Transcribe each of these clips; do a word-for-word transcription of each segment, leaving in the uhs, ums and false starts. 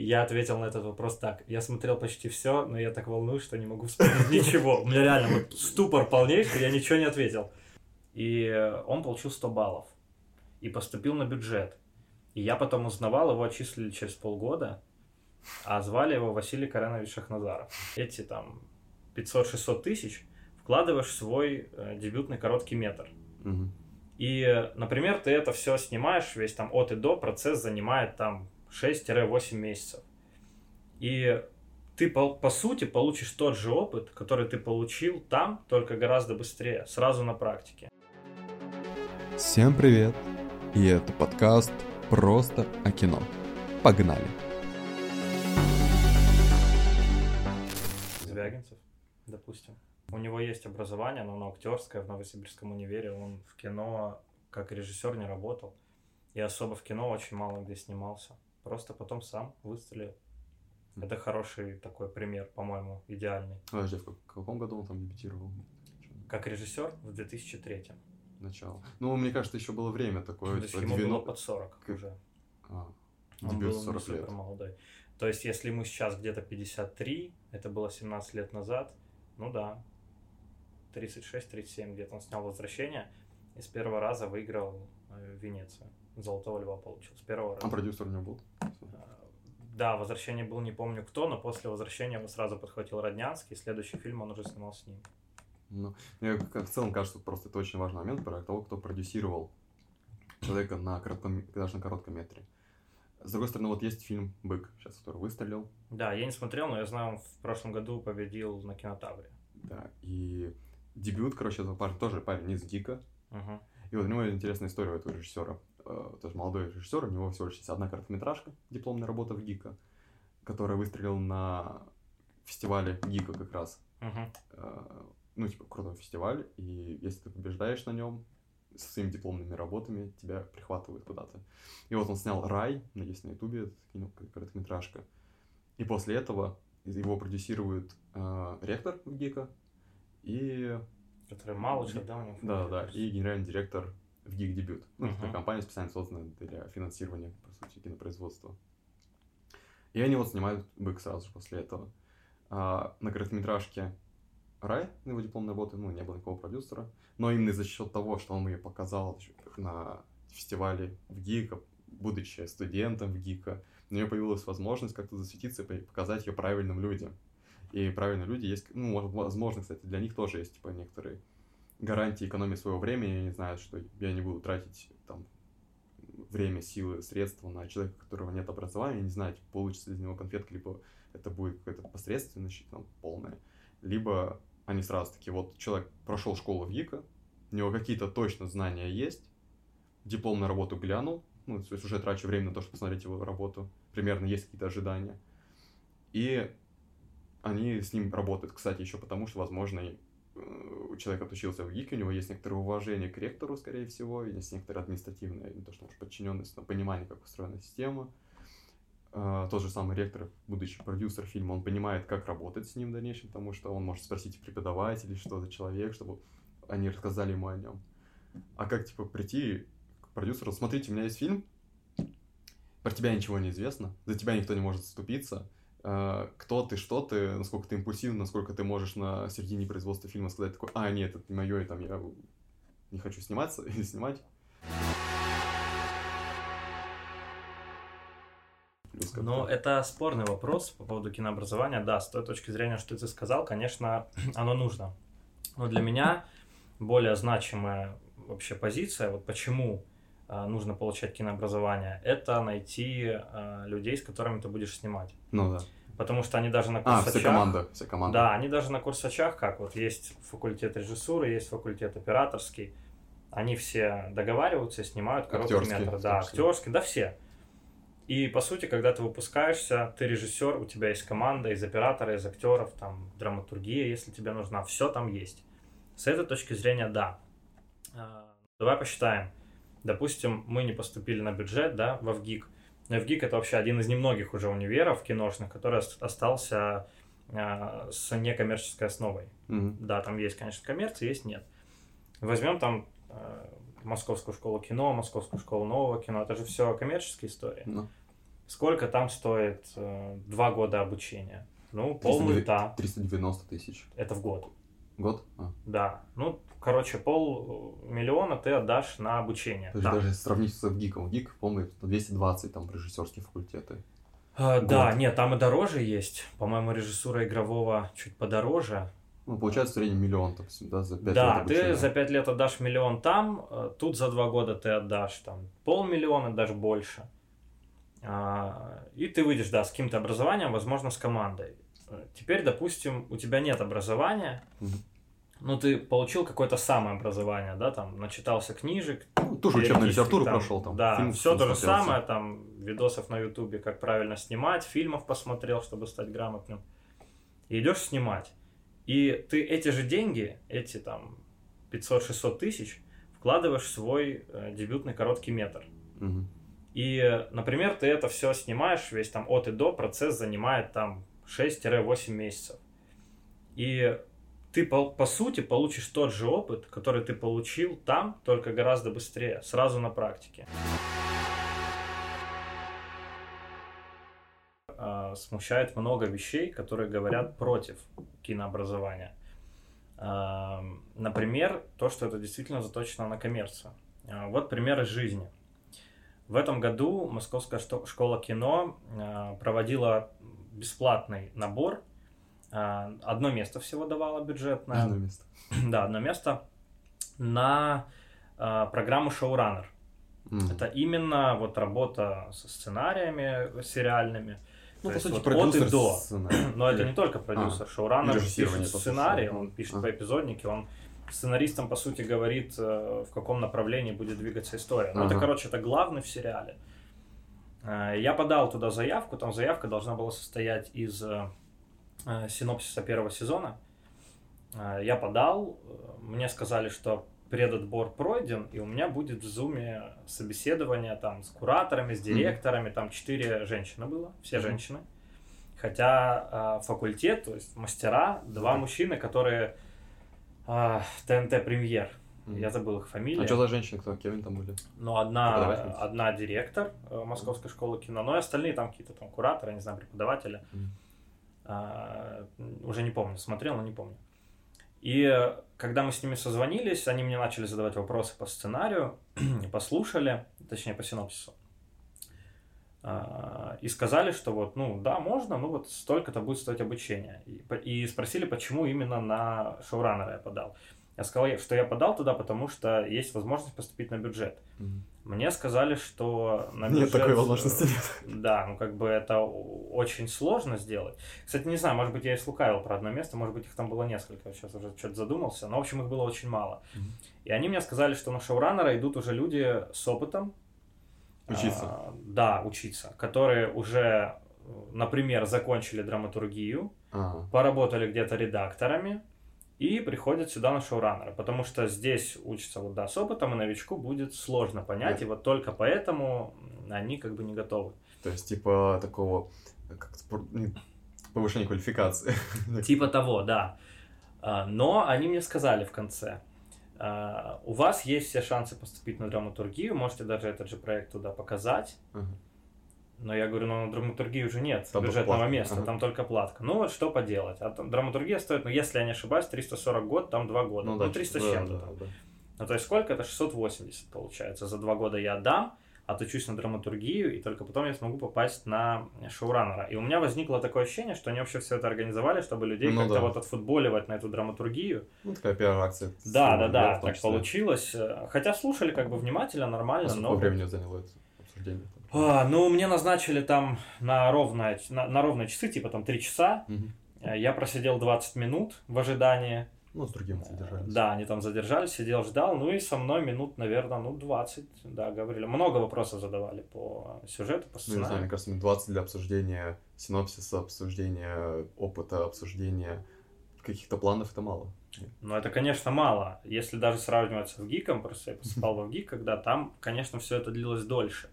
я ответил на этот вопрос так. Я смотрел почти все, но я так волнуюсь, что не могу вспомнить ничего. У меня реально вот ступор полнейший, я ничего не ответил. И он получил сто баллов. И поступил на бюджет. И я потом узнавал, его отчислили через полгода, а звали его Василий Каренович Шахназаров. Эти там пятьсот-шестьсот тысяч вкладываешь в свой э, дебютный короткий метр. Угу. И, например, ты это все снимаешь, весь там от и до, процесс занимает там шесть-восемь месяцев. И ты, по, по сути, получишь тот же опыт, который ты получил там, только гораздо быстрее, сразу на практике. Всем привет! И это подкаст «Просто о кино». Погнали! Звягинцев, допустим. У него есть образование, но оно актерское в Новосибирском универе. Он в кино как режиссер не работал. И особо в кино очень мало где снимался. Просто потом сам выстрелил. Это хороший такой пример, по-моему, идеальный. Подожди, в каком году он там дебютировал? Как режиссер в две тысячи третьем. Начало. Ну, мне кажется, еще было время такое. То есть ему было под сорок К... уже. А, он дебют был сорок лет. Супер молодой. То есть, если ему сейчас где-то пятьдесят три, это было семнадцать лет назад, ну да, тридцать шесть тридцать семь где-то он снял «Возвращение» и с первого раза выиграл э, Венецию. Золотого льва получил с первого раза. А продюсер у него был? Да, «Возвращение» был не помню кто, но после «Возвращения» его сразу подхватил Роднянский, следующий фильм он уже снимал с ним. Ну, мне в целом кажется, просто это очень важный момент про того, кто продюсировал человека на коротком, даже на коротком метре. С другой стороны, вот есть фильм «Бык», сейчас, который выстрелил. Да, я не смотрел, но я знаю, он в прошлом году победил на Кинотавре. Да, и дебют, короче, этого парня, тоже парень из ГИКа. Угу. И вот у него интересная история у этого режиссера. Тоже молодой режиссер, у него всего лишь есть одна короткометражка, дипломная работа в ГИКа, которая выстрелила на фестивале ГИКа как раз. Угу. Ну, типа, крутой фестиваль, и если ты побеждаешь на нем со своими дипломными работами, тебя прихватывают куда-то. И вот он снял «Рай», есть на ютубе, ну, короткометражка. И после этого его продюсирует э, ректор ГИКа и... Который Малышев, да, у него? Да, да, и генеральный директор в ГИК «Дебют». Ну, uh-huh. это компания специально созданная для финансирования, по сути, кинопроизводства. И они вот снимают «Бык» сразу же после этого. А на короткометражке «Рай», на его дипломной работы, ну, не было никакого продюсера, но именно за счет того, что он ее показал на фестивале в ГИК, будучи студентом в ГИКа, у нее появилась возможность как-то засветиться и показать ее правильным людям. И правильные люди есть, ну, возможно, кстати, для них тоже есть, типа, некоторые гарантии экономии своего времени. Они знают, что я не буду тратить, там, время, силы, средства на человека, у которого нет образования, не знаю, типа, получится из него конфетка, либо это будет какая-то посредственность, там, полная, либо они сразу такие, вот человек прошел школу в ГИКа, у него какие-то точно знания есть, дипломную работу глянул, ну, то есть уже трачу время на то, чтобы посмотреть его работу, примерно есть какие-то ожидания, и они с ним работают, кстати, еще потому, что, возможно, человек отучился в ГИКе, у него есть некоторое уважение к ректору, скорее всего, есть некоторая административная, не то что может, подчиненность, но понимание, как устроена система. Тот же самый ректор, будучи продюсер фильма, он понимает, как работать с ним в дальнейшем, потому что он может спросить преподавателей, что за человек, чтобы они рассказали ему о нем. А как, типа, прийти к продюсеру, смотрите, у меня есть фильм, про тебя ничего не известно, за тебя никто не может заступиться, кто ты, что ты, насколько ты импульсивен, насколько ты можешь на середине производства фильма сказать такой, а, нет, это не мое, и там я не хочу сниматься или снимать. Ну, это спорный вопрос по поводу кинообразования. Да, с той точки зрения, что ты сказал, конечно, оно нужно. Но для меня более значимая вообще позиция, вот почему э, нужно получать кинообразование, это найти э, людей, с которыми ты будешь снимать. Ну да. Потому что они даже на курсачах... А, вся команда, вся команда. Да, они даже на курсачах, как вот есть факультет режиссуры, есть факультет операторский, они все договариваются и снимают короткий метр. Да, актерский, да, все. И, по сути, когда ты выпускаешься, ты режиссер, у тебя есть команда из оператора, из актеров, там, драматургия, если тебе нужна, все там есть. С этой точки зрения, да. Давай посчитаем. Допустим, мы не поступили на бюджет, да, во ВГИК. ВГИК — это вообще один из немногих уже универов киношных, который остался э, с некоммерческой основой. Mm-hmm. Да, там есть, конечно, коммерция, есть нет. Возьмем там э, Московскую школу кино, Московскую школу нового кино, это же все коммерческие истории. No. Сколько там стоит э, два года обучения? Ну, полмульта. триста девяносто тысяч. Это в год. Год? А. Да. Ну, короче, полмиллиона ты отдашь на обучение. То есть даже сравнить с ВГИКом. ВГИК, по-моему, двести двадцать там режиссерские факультеты. А, да, нет, там и дороже есть. По-моему, режиссура игрового чуть подороже. Ну, получается, в среднем миллион, там, да, за пять да, лет обучения. ты за пять лет отдашь миллион там, тут за два года ты отдашь там полмиллиона, даже больше. И ты выйдешь, да, с каким-то образованием, возможно, с командой. Теперь, допустим, у тебя нет образования, угу. ну, ты получил какое-то самообразование, да, там, начитался книжек. Ну, тоже учебную литературу там, прошел там. Да, фильм, все то же самое, там, видосов на ютубе, как правильно снимать, фильмов посмотрел, чтобы стать грамотным. И идешь снимать. И ты эти же деньги, эти там пятьсот-шестьсот тысяч, вкладываешь в свой э, дебютный короткий метр. Угу. И, например, ты это все снимаешь, весь там от и до, процесс занимает там шесть-восемь месяцев. И ты, по, по сути, получишь тот же опыт, который ты получил там, только гораздо быстрее, сразу на практике. А, смущает много вещей, которые говорят против кинообразования. А, например, то, что это действительно заточено на коммерцию. А, вот пример из жизни. В этом году Московская школа кино а, проводила бесплатный набор. А, одно место всего давало бюджетное. Одно место. Да, одно место на а, программу «Шоураннер». Mm. Это именно вот работа со сценариями сериальными. Ну, то по сути, вот продюсер от и до. Сценарий. Но это не только продюсер. А, Шоураннер пишет сценарий, он пишет а. по эпизоднике, он сценаристам, по сути, говорит, в каком направлении будет двигаться история. Ну, ага. это, короче, это главный в сериале. Я подал туда заявку, там заявка должна была состоять из синопсиса первого сезона. Я подал, мне сказали, что предотбор пройден, и у меня будет в зуме собеседование там с кураторами, с директорами, mm-hmm. там четыре женщины было, все mm-hmm. женщины. Хотя э, факультет, то есть мастера, два mm-hmm. мужчины, которые э, ТНТ премьер, mm-hmm. я забыл их фамилии. А что за женщины, кто, кем там были? Ну, одна, одна директор э, Московской школы кино, но и остальные там какие-то там кураторы, не знаю, преподаватели. Mm-hmm. э, уже не помню, смотрел, но не помню. И когда мы с ними созвонились, они мне начали задавать вопросы по сценарию, послушали, точнее по синопсису, и сказали, что вот, ну да, можно, ну вот столько-то будет стоить обучение. И, и спросили, почему именно на шоураннера я подал. Я сказал, что я подал туда, потому что есть возможность поступить на бюджет. Mm-hmm. Мне сказали, что на бюджет... Нет такой возможности нет. Да, ну как бы это очень сложно сделать. Кстати, не знаю, может быть, я и слукавил про одно место, может быть, их там было несколько, сейчас уже что-то задумался, но, в общем, их было очень мало. Mm-hmm. И они мне сказали, что на шоураннера идут уже люди с опытом. Учиться. А, да, учиться, которые уже, например, закончили драматургию, ага. поработали где-то редакторами, и приходят сюда на шоураннера, потому что здесь учатся вот, да, с опытом, и новичку будет сложно понять, да. И вот только поэтому они как бы не готовы. То есть, типа такого как повышения квалификации. Типа того, да. Но они мне сказали в конце, у вас есть все шансы поступить на драматургию, можете даже этот же проект туда показать. Ага. Но я говорю, ну на драматургии уже нет там бюджетного места, ага. там только платка. Ну вот что поделать. А там драматургия стоит, ну если я не ошибаюсь, триста сорок год, там два года. Ну, ну да, триста с да, чем-то. Да, да. Ну то есть сколько? Это шестьсот восемьдесят получается. За два года я отдам, отучусь на драматургию, и только потом я смогу попасть на шоураннера. И у меня возникло такое ощущение, что они вообще все это организовали, чтобы людей ну, как-то да. вот отфутболивать на эту драматургию. Ну такая пиар-акция. Да, да, да, так получилось. Хотя слушали как бы внимательно, нормально. А сколько но... времени заняло это обсуждение? А, ну, мне назначили там на ровные, на, на ровные часы, типа там три часа. Угу. Я просидел двадцать минут в ожидании. Ну, с другим задержались. Да, они там задержались, сидел, ждал. Ну и со мной минут, наверное, ну двадцать, да, говорили. Много вопросов задавали по сюжету, по сценарию. Ну, не знаю, мне кажется, минут двадцать для обсуждения синопсиса, обсуждения опыта, обсуждения каких-то планов, это мало. Ну, это, конечно, мало. Если даже сравнивать с ВГИКом, просто я поступал в ВГИК, когда там, конечно, все это длилось дольше.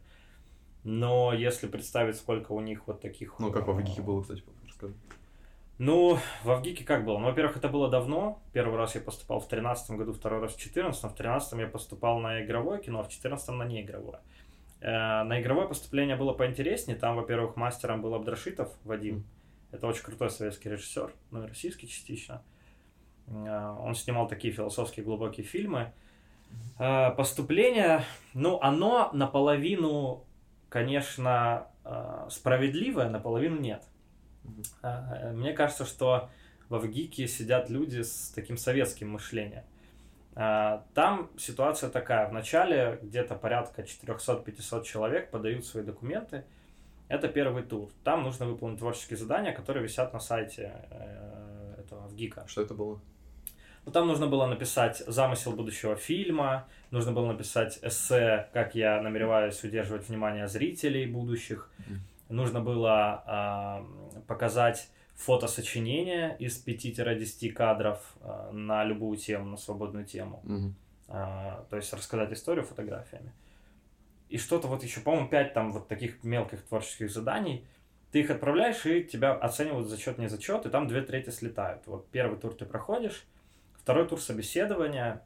Но если представить, сколько у них вот таких... Ну, как во ВГИКе было, кстати, расскажи. Ну, во ВГИКе как было? Ну, во-первых, это было давно. Первый раз я поступал в тринадцатом году, второй раз в четырнадцатом. В тринадцатом я поступал на игровое кино, а в четырнадцатом на неигровое. Э, на игровое поступление было поинтереснее. Там, во-первых, мастером был Абдрашитов Вадим. Это очень крутой советский режиссер, ну и российский частично. Э, он снимал такие философские глубокие фильмы. Э, поступление, ну, оно наполовину, конечно, э, справедливое, наполовину нет. Э, мне кажется, что во ВГИКе сидят люди с таким советским мышлением. Там ситуация такая. Вначале где-то порядка четыреста-пятьсот человек подают свои документы. Это первый тур. Там нужно выполнить творческие задания, которые висят на сайте этого ВГИКа. Что это было? Ну, там нужно было написать замысел будущего фильма, нужно было написать эссе, как я намереваюсь удерживать внимание зрителей будущих. Mm. Нужно было э, показать фотосочинение из пяти-десяти кадров э, на любую тему, на свободную тему. Mm-hmm. Э, то есть рассказать историю фотографиями. И что-то вот еще, по-моему, пять там вот таких мелких творческих заданий. Ты их отправляешь, и тебя оценивают зачет, не зачет, и там две трети слетают. Вот первый тур ты проходишь, второй тур собеседования.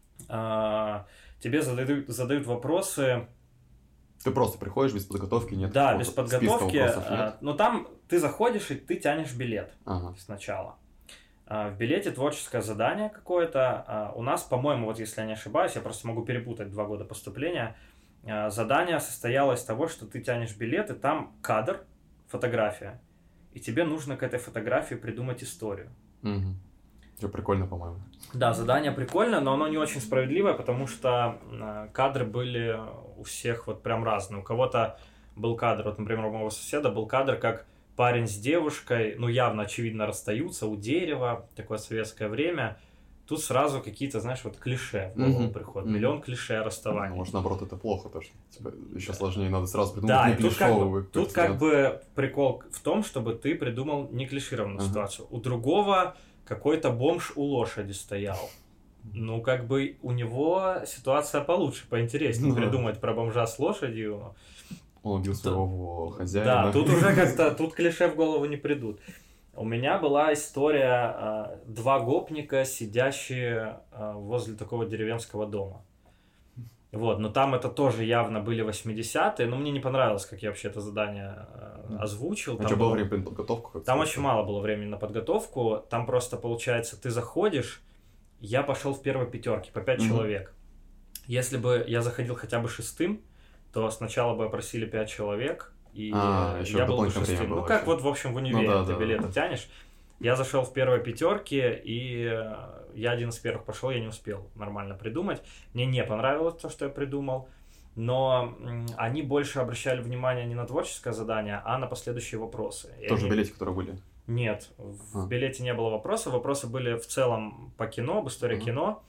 Э, тебе задают, задают вопросы. Ты просто приходишь без подготовки, нет? Да, без подготовки. А, но там ты заходишь, и ты тянешь билет ага. сначала. А, в билете творческое задание какое-то. А, у нас, по-моему, вот если я не ошибаюсь, я просто могу перепутать два года поступления. А, задание состояло из того, что ты тянешь билет, и там кадр, фотография. И тебе нужно к этой фотографии придумать историю. Угу. Все прикольно, по-моему. Да, задание прикольное, но оно не очень справедливое, потому что э, кадры были у всех вот прям разные. У кого-то был кадр, вот, например, у моего соседа был кадр, как парень с девушкой, ну, явно, очевидно, расстаются у дерева, такое советское время. Тут сразу какие-то, знаешь, вот клише в голову mm-hmm. приходят. Mm-hmm. Миллион клише расставания. Ну, может, наоборот, это плохо, потому что типа, еще сложнее, надо сразу придумать да, не клишевый. Тут, как бы, тут как бы прикол в том, чтобы ты придумал не клишированную uh-huh. ситуацию. У другого какой-то бомж у лошади стоял. Ну, как бы у него ситуация получше, поинтереснее. Uh-huh. Придумать про бомжа с лошадью. Он убил своего хозяина. Да, тут уже как-то, тут клише в голову не придут. У меня была история, э, два гопника, сидящие э, возле такого деревенского дома. Вот, но там это тоже явно были восьмидесятые, но мне не понравилось, как я вообще это задание э, озвучил. А там что, было время на подготовку? Там очень мало было времени на подготовку, там просто, получается, ты заходишь, я пошел в первой пятерке, по пять mm-hmm. человек. Если бы я заходил хотя бы шестым, то сначала бы опросили пять человек, и а, я был бы шестым. Ну, как вот, в общем, в универе ну, да, ты да, билеты да. тянешь. Я зашел в первой пятерке, и я один из первых пошел, я не успел нормально придумать. Мне не понравилось то, что я придумал, но они больше обращали внимание не на творческое задание, а на последующие вопросы. И Тоже они... в билете, которые были? Нет, в а. билете не было вопросов, вопросы были в целом по кино, об истории а. кино.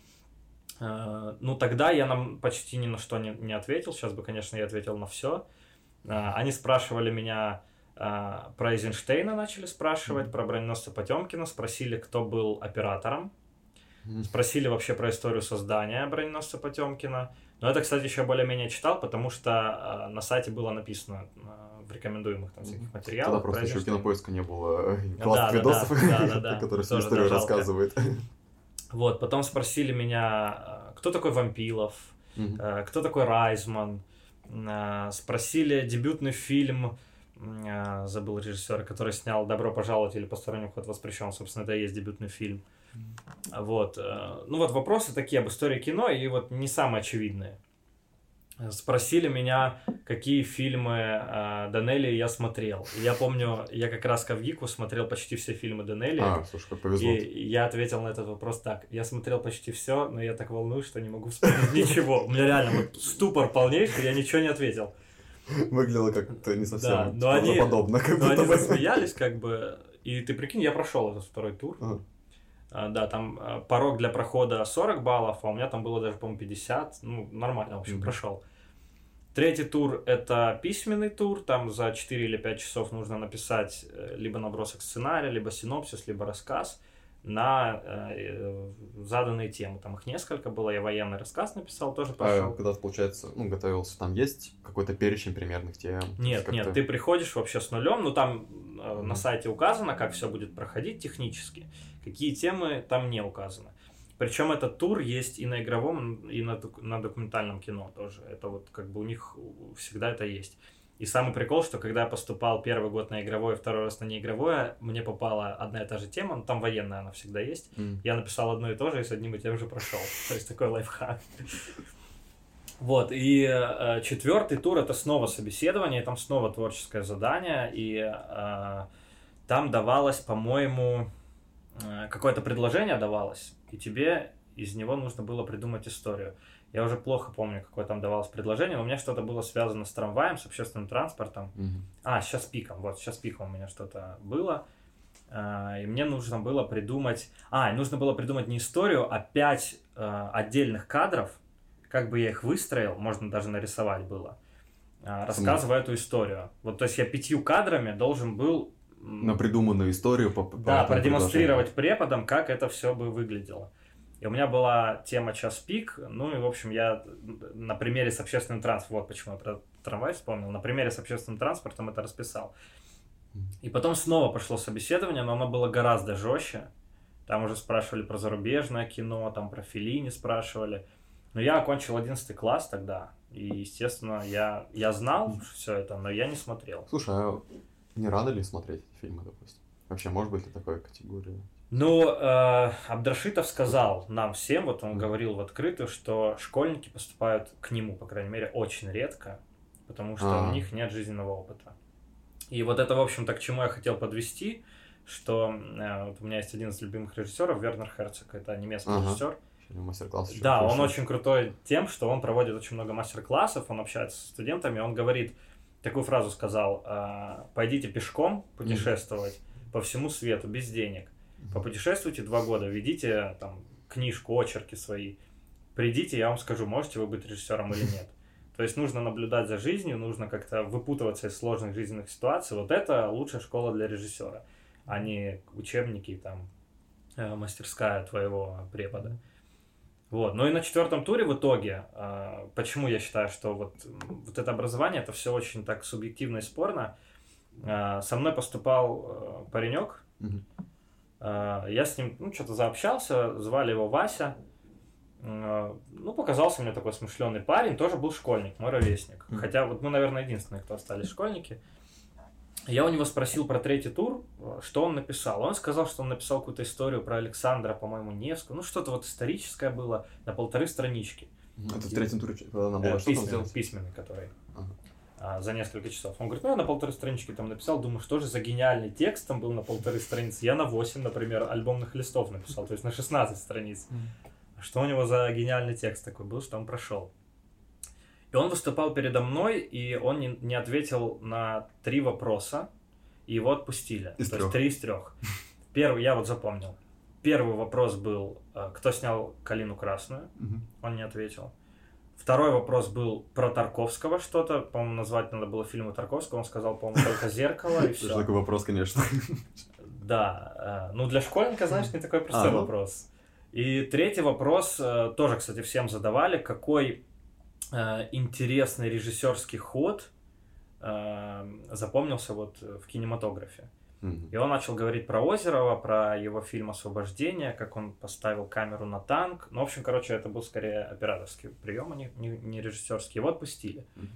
Ну, тогда я нам почти ни на что не, не ответил, сейчас бы, конечно, я ответил на все. Они спрашивали меня... Про Эйзенштейна начали спрашивать, mm-hmm. про броненосца Потемкина, спросили, кто был оператором, mm-hmm. спросили вообще про историю создания броненосца Потемкина. Но это, кстати, еще более-менее читал, потому что э, на сайте было написано э, в рекомендуемых там всяких материалах. Тогда просто еще Кинопоиска не было классных видосов, которые всю историю рассказывают. Вот, потом спросили меня, кто такой Вампилов, mm-hmm. кто такой Райзман, спросили дебютный фильм... Забыл режиссера, который снял «Добро пожаловать» или «Посторонний вход воспрещен». Собственно, это и есть дебютный фильм. Mm. Вот. Ну вот вопросы такие об истории кино, и вот не самые очевидные. Спросили меня, какие фильмы э, Данелии я смотрел. И я помню, я как раз к ВГИКу смотрел почти все фильмы Данелии. А, слушай, как повезло. И я ответил на этот вопрос так. Я смотрел почти все, но я так волнуюсь, что не могу вспомнить ничего. У меня реально вот ступор полнейший, я ничего не ответил. Выглядело как-то не совсем да, но они, подобно. Как но они засмеялись, как бы, и ты прикинь, я прошел этот второй тур. Ага. А, да, там а, порог для прохода сорок баллов, а у меня там было даже, по-моему, пятьдесят. Ну, нормально, в общем, mm-hmm. прошел. Третий тур – это письменный тур, там за четыре или пять часов нужно написать либо набросок сценария, либо синопсис, либо рассказ на э, заданные темы. Там их несколько было, я военный рассказ написал, тоже пошел. А когда ты, получается, ну, готовился, там есть какой-то перечень примерных тем? Нет, как-то... нет, ты приходишь вообще с нулем, ну там э, mm-hmm. на сайте указано, как все будет проходить технически, какие темы там не указаны. Причем этот тур есть и на игровом, и на, на документальном кино тоже. Это вот как бы у них всегда это есть. И самый прикол, что когда я поступал первый год на игровое, второй раз на неигровое, мне попала одна и та же тема, ну там военная она всегда есть. Mm. Я написал одно и то же и с одним и тем же прошел. То есть такой лайфхак. Вот, и э, четвертый тур это снова собеседование, там снова творческое задание, и э, там давалось, по-моему, э, какое-то предложение давалось, и тебе из него нужно было придумать историю. Я уже плохо помню, какое там давалось предложение, но у меня что-то было связано с трамваем, с общественным транспортом. Mm-hmm. А, сейчас пиком, вот, сейчас пиком у меня что-то было. И мне нужно было придумать... А, нужно было придумать не историю, а пять э, отдельных кадров, как бы я их выстроил, можно даже нарисовать было, рассказывая эту историю. Вот, то есть я пятью кадрами должен был... На придуманную историю по, по Да, продемонстрировать преподам, как это все бы выглядело. И у меня была тема «Час пик», ну и, в общем, я на примере с общественным транспортом, вот почему я про трамвай вспомнил, на примере с общественным транспортом это расписал. И потом снова пошло собеседование, но оно было гораздо жестче. Там уже спрашивали про зарубежное кино, там про Феллини спрашивали. Но я окончил одиннадцатый класс тогда, и, естественно, я, я знал все это, но я не смотрел. Слушай, а не рано ли смотреть фильмы, допустим? Вообще, может быть, ли такой категории? Ну, э, Абдрашитов сказал нам всем, вот он mm. говорил в открытую, что школьники поступают к нему, по крайней мере, очень редко, потому что А-а-а. у них нет жизненного опыта. И вот это, в общем-то, к чему я хотел подвести, что э, вот у меня есть один из любимых режиссеров, Вернер Херцог, это немецкий ага. режиссер. Мастер-класс еще да, хороший. Он очень крутой тем, что он проводит очень много мастер-классов, он общается с студентами, он говорит, такую фразу сказал, э, пойдите пешком путешествовать mm-hmm. по всему свету без денег. Попутешествуйте два года, ведите там книжку, очерки свои. Придите, я вам скажу, можете вы быть режиссером или нет. То есть нужно наблюдать за жизнью, нужно как-то выпутываться из сложных жизненных ситуаций. Вот это лучшая школа для режиссера, а не учебники, там, мастерская твоего препода. Вот. Ну и на четвертом туре в итоге, почему я считаю, что вот, вот это образование, это все очень так субъективно и спорно. Со мной поступал паренек, mm-hmm. Я с ним, ну, что-то заобщался, звали его Вася. Ну, показался мне такой смышленый парень, тоже был школьник, мой ровесник. Mm-hmm. Хотя вот мы, наверное, единственные, кто остались школьники. Я у него спросил про третий тур, что он написал. Он сказал, что он написал какую-то историю про Александра, по-моему, Невского. Ну, что-то вот историческое было, на полторы странички. Это в третьем туре надо было э, что-то сделать? Письменный, который. Ага. За несколько часов. Он говорит, ну я на полторы странички там написал, думаю, что же за гениальный текст там был на полторы страницы. Я на восемь, например, альбомных листов написал, то есть на шестнадцать страниц. Mm. Что у него за гениальный текст такой был, что он прошел? И он выступал передо мной, и он не, не ответил на три вопроса, и его отпустили. Из то трех. есть три из трех. Первый, я вот запомнил. Первый вопрос был, кто снял «Калину красную», mm-hmm. он не ответил. Второй вопрос был про Тарковского что-то. По-моему, назвать надо было фильмы Тарковского. Он сказал, по-моему, только «Зеркало» и все. Это такой вопрос, конечно. Да. Ну, для школьника, знаешь, не такой простой а, ну. вопрос. И третий вопрос, тоже, кстати, всем задавали. Какой э, интересный режиссерский ход э, запомнился вот в кинематографе? Mm-hmm. И он начал говорить про Озерова, про его фильм «Освобождение», как он поставил камеру на танк. Ну, в общем, короче, это был скорее операторский прием, а не, не, не режиссерский. Его отпустили. Mm-hmm.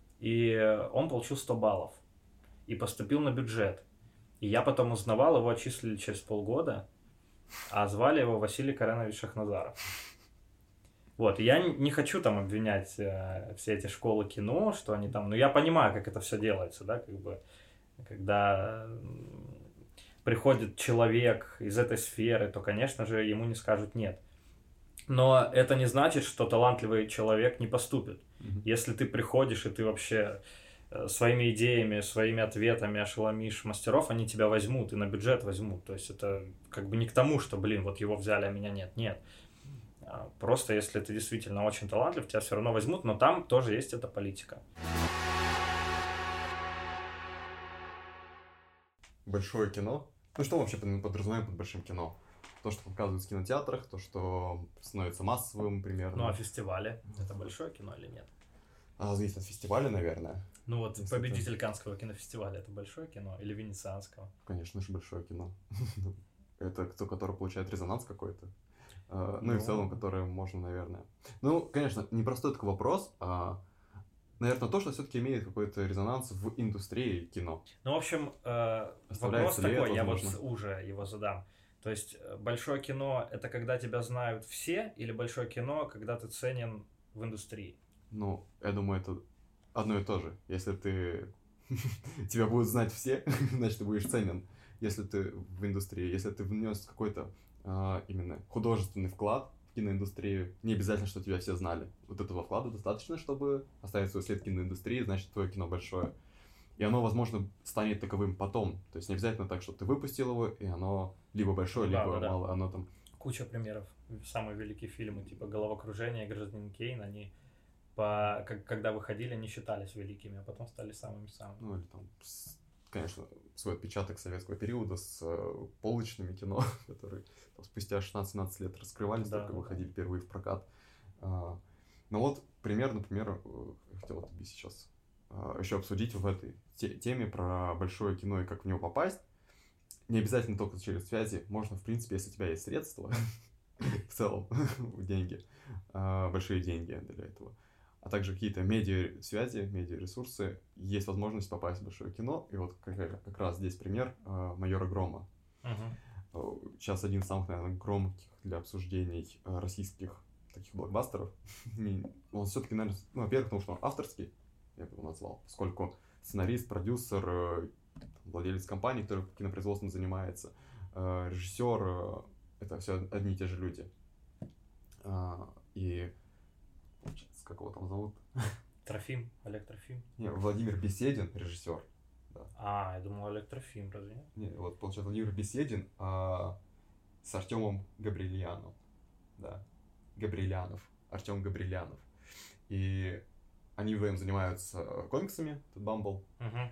И он получил сто баллов. И поступил на бюджет. И я потом узнавал, его отчислили через полгода, а звали его Василий Каренович Шахназаров. Вот, и я не хочу там обвинять э, все эти школы кино, что они там... Ну, я понимаю, как это все делается, да, как бы... Когда приходит человек из этой сферы, то, конечно же, ему не скажут «нет». Но это не значит, что талантливый человек не поступит. Mm-hmm. Если ты приходишь, и ты вообще своими идеями, своими ответами ошеломишь мастеров, они тебя возьмут и на бюджет возьмут. То есть это как бы не к тому, что, блин, вот его взяли, а меня нет. Нет. Просто если ты действительно очень талантлив, тебя все равно возьмут, но там тоже есть эта политика. Большое кино. Ну что вообще подразумеваем под большим кино? То, что показывают в кинотеатрах, то, что становится массовым примерно. Ну а фестивали? Это большое кино или нет? А, зависит от фестиваля, наверное. Ну вот если победитель это... Каннского кинофестиваля — это большое кино или Венецианского? Конечно же, большое кино. Это кто, который получает резонанс какой-то. Uh, ну, ну и в целом, которые можно, наверное... Ну, конечно, непростой такой вопрос, а, наверное, то, что все-таки имеет какой-то резонанс в индустрии кино. Ну, в общем, э, вопрос такой, я вот уже его задам. То есть, большое кино — это когда тебя знают все, или большое кино, когда ты ценен в индустрии? Ну, я думаю, это одно и то же. Если ты... тебя будут знать все, значит, ты будешь ценен, если ты в индустрии. Если ты внес какой-то а, именно художественный вклад в киноиндустрию, не обязательно, что тебя все знали. Вот этого вклада достаточно, чтобы оставить свой след в киноиндустрии, значит, твое кино большое. И оно, возможно, станет таковым потом. То есть не обязательно так, что ты выпустил его, и оно либо большое, да, либо да, мало. Да. Оно там... Куча примеров. Самые великие фильмы, типа «Головокружение», «Гражданин Кейн», они, по... как, когда выходили, не считались великими, а потом стали самыми-самыми. Ну, или там, конечно, свой отпечаток советского периода с э, полочными кино, которые там, спустя шестнадцать-семнадцать лет раскрывались, да, только да, выходили да. впервые в прокат. А, ну вот, пример, например, я хотел тебе сейчас а, еще обсудить в этой те, теме про большое кино и как в него попасть. Не обязательно только через связи, можно, в принципе, если у тебя есть средства, в целом, деньги, большие деньги для этого, а также какие-то медиа-связи, медиа-ресурсы, есть возможность попасть в большое кино. И вот как, как раз здесь пример «Майора Грома». Uh-huh. Сейчас один из самых, наверное, громких для обсуждений российских таких блокбастеров. Он все-таки, наверное, ну, во-первых, потому что он авторский, я бы его назвал, поскольку сценарист, продюсер, владелец компании, который кинопроизводством занимается, режиссер, это все одни и те же люди. И как его там зовут? Трофим, Олег Трофим. Не, Владимир Беседин, режиссер. Да. А, я думал, Олег Трофим, разве нет? Не, вот получается Владимир Беседин а, с Артемом Габрилианом. Да, Габрилянов, Артем Габрилянов. И они вдвоем занимаются комиксами, тут Бамбл. Угу.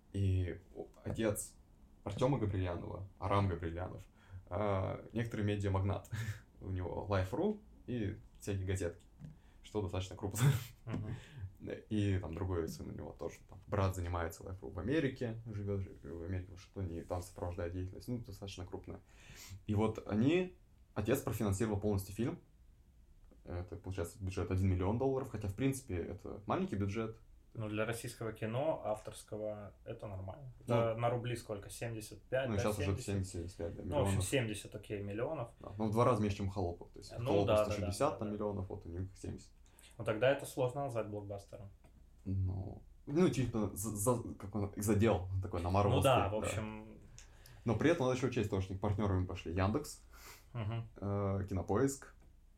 И отец Артема Габрилянова, Арам Габрилянов, а, некоторый медиамагнат. У него Life.ru и всякие газетки, что достаточно крупно. Uh-huh. И там другой сын у него тоже. Там, брат занимается Life.ru в Америке, живет в Америке, в Вашингтоне, и там сопровождает деятельность. Ну, достаточно крупная. И вот они, отец профинансировал полностью фильм. Это, получается, бюджет один миллион долларов, хотя, в принципе, это маленький бюджет. Ну, для российского кино, авторского, это нормально. Это ну, на рубли сколько? семьдесят пять? Ну, да, сейчас семьдесят? уже семьдесят пять да, миллионов. Ну, в общем, семьдесят, окей, миллионов. Да. Ну, в два раза меньше, чем Холопов. То есть, ну, Холопов да, сто шестьдесят да, да, там, да. миллионов, вот у них семьдесят. Ну, тогда это сложно назвать блокбастером. Ну, ну типа, за, за, как он, задел такой на Марвеловский. Ну, да, в общем... Да. Но при этом надо еще учесть, потому что их партнерами пошли Яндекс, угу. э, Кинопоиск.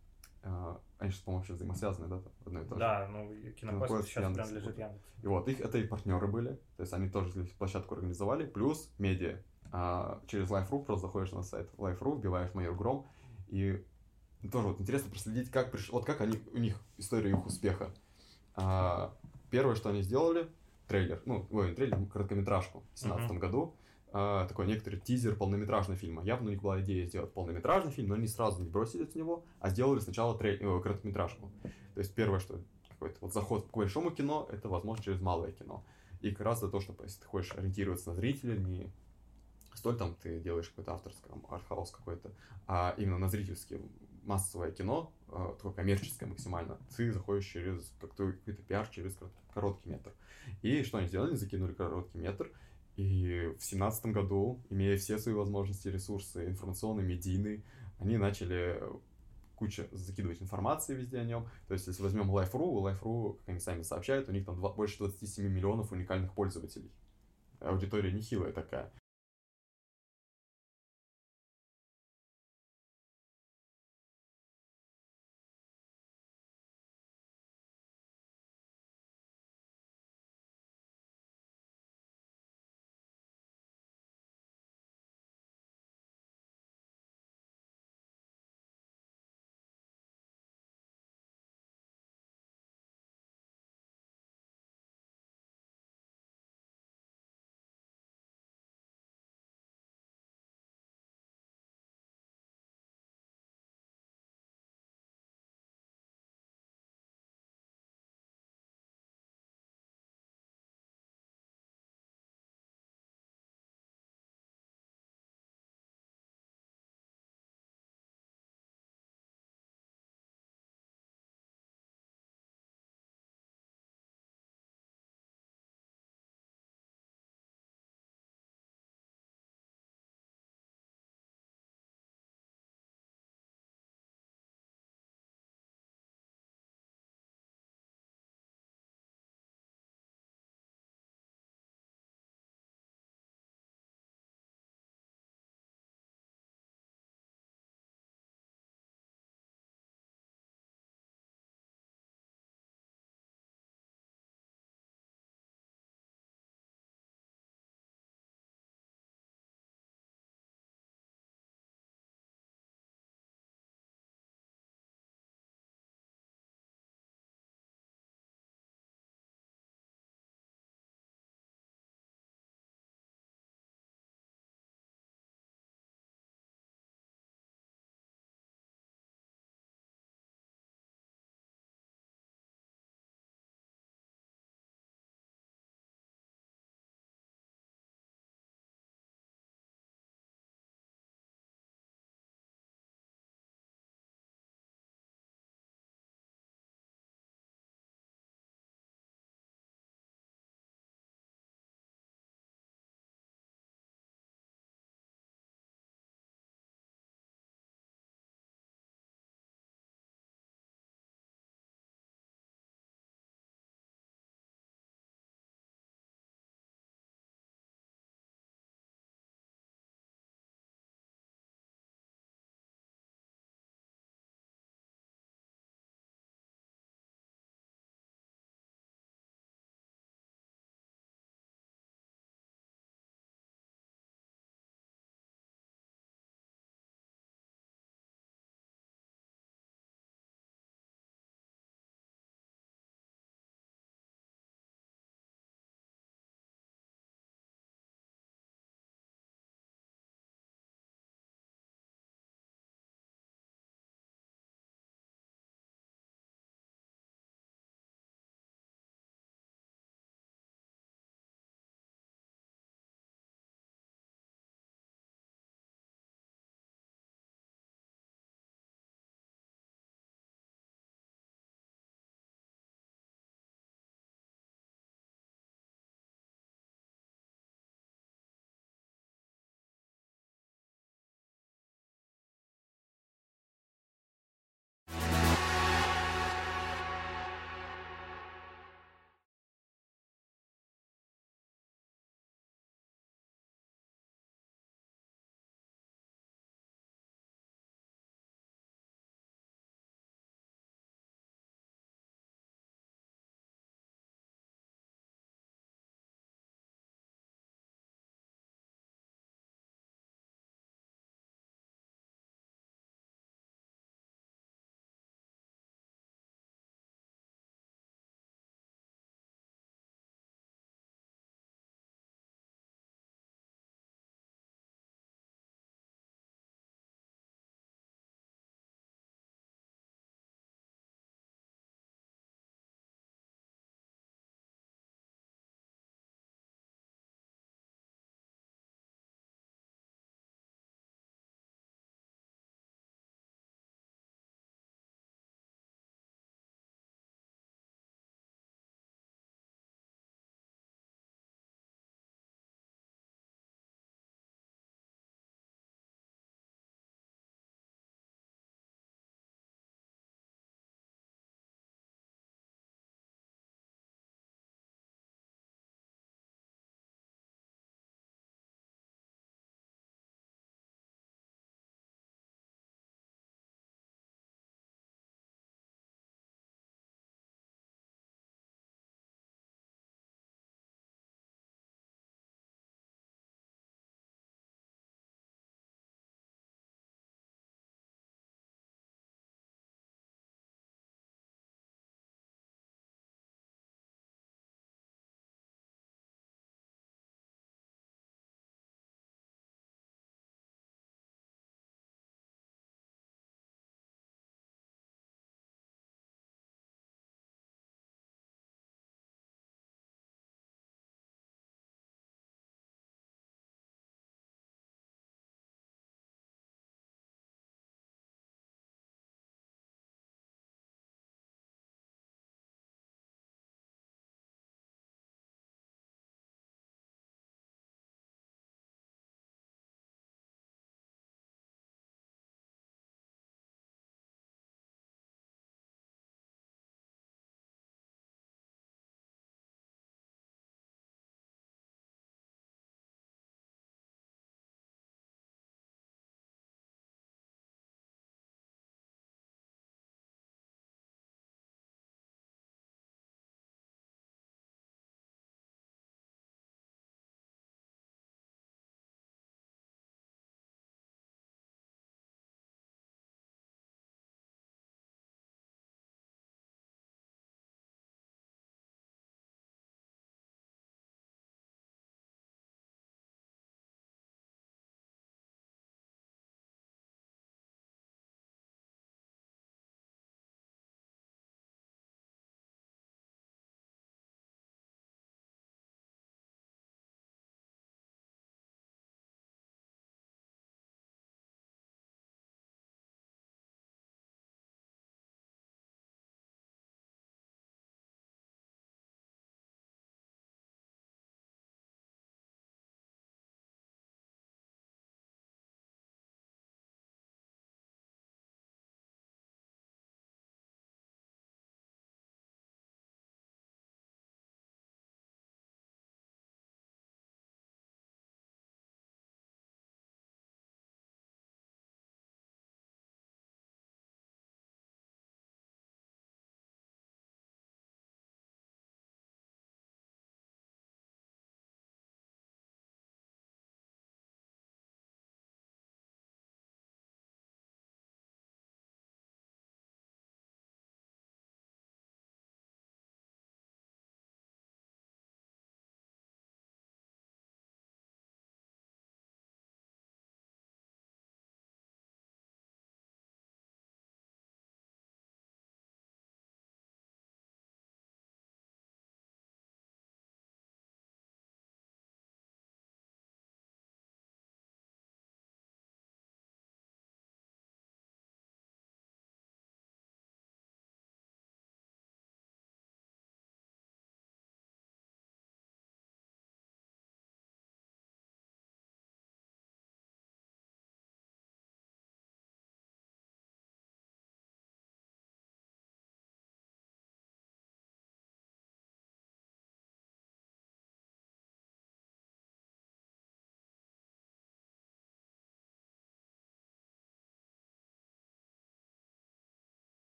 Э, они же, по-моему, вообще взаимосвязаны, да? Одно и то же. Да, ну, Кинопоиск, Кинопоиск сейчас Яндекс, принадлежит Яндексу. И вот, их это и партнеры были, то есть они тоже площадку организовали, плюс медиа. А, через Life.ru просто заходишь на сайт Life.ru, вбиваешь «Майор Гром», и тоже вот интересно проследить, как приш... вот как они, у них история их успеха. А, первое, что они сделали, трейлер, ну, ой, трейлер, короткометражку в две тысячи семнадцатом uh-huh. году, а, такой некоторый тизер полнометражный фильма. Явно у них была идея сделать полнометражный фильм, но они сразу не бросились в него, а сделали сначала трей... э, короткометражку. То есть первое, что какой-то вот заход к большому кино, это возможно через малое кино. И как раз за то, чтобы если ты хочешь ориентироваться на зрителя, не столь там ты делаешь какой-то авторский артхаус какой-то, а именно на зрительское массовое кино, такое коммерческое максимально, ты заходишь через как-то, какой-то пиар, через короткий метр. И что они сделали? Закинули короткий метр, и в семнадцатом году, имея все свои возможности, ресурсы информационные, медийные, они начали куча закидывать информации везде о нем. То есть, если возьмем Life.ru, у Life.ru, как они сами сообщают, у них там два, больше двадцать семь миллионов уникальных пользователей. Аудитория нехилая такая.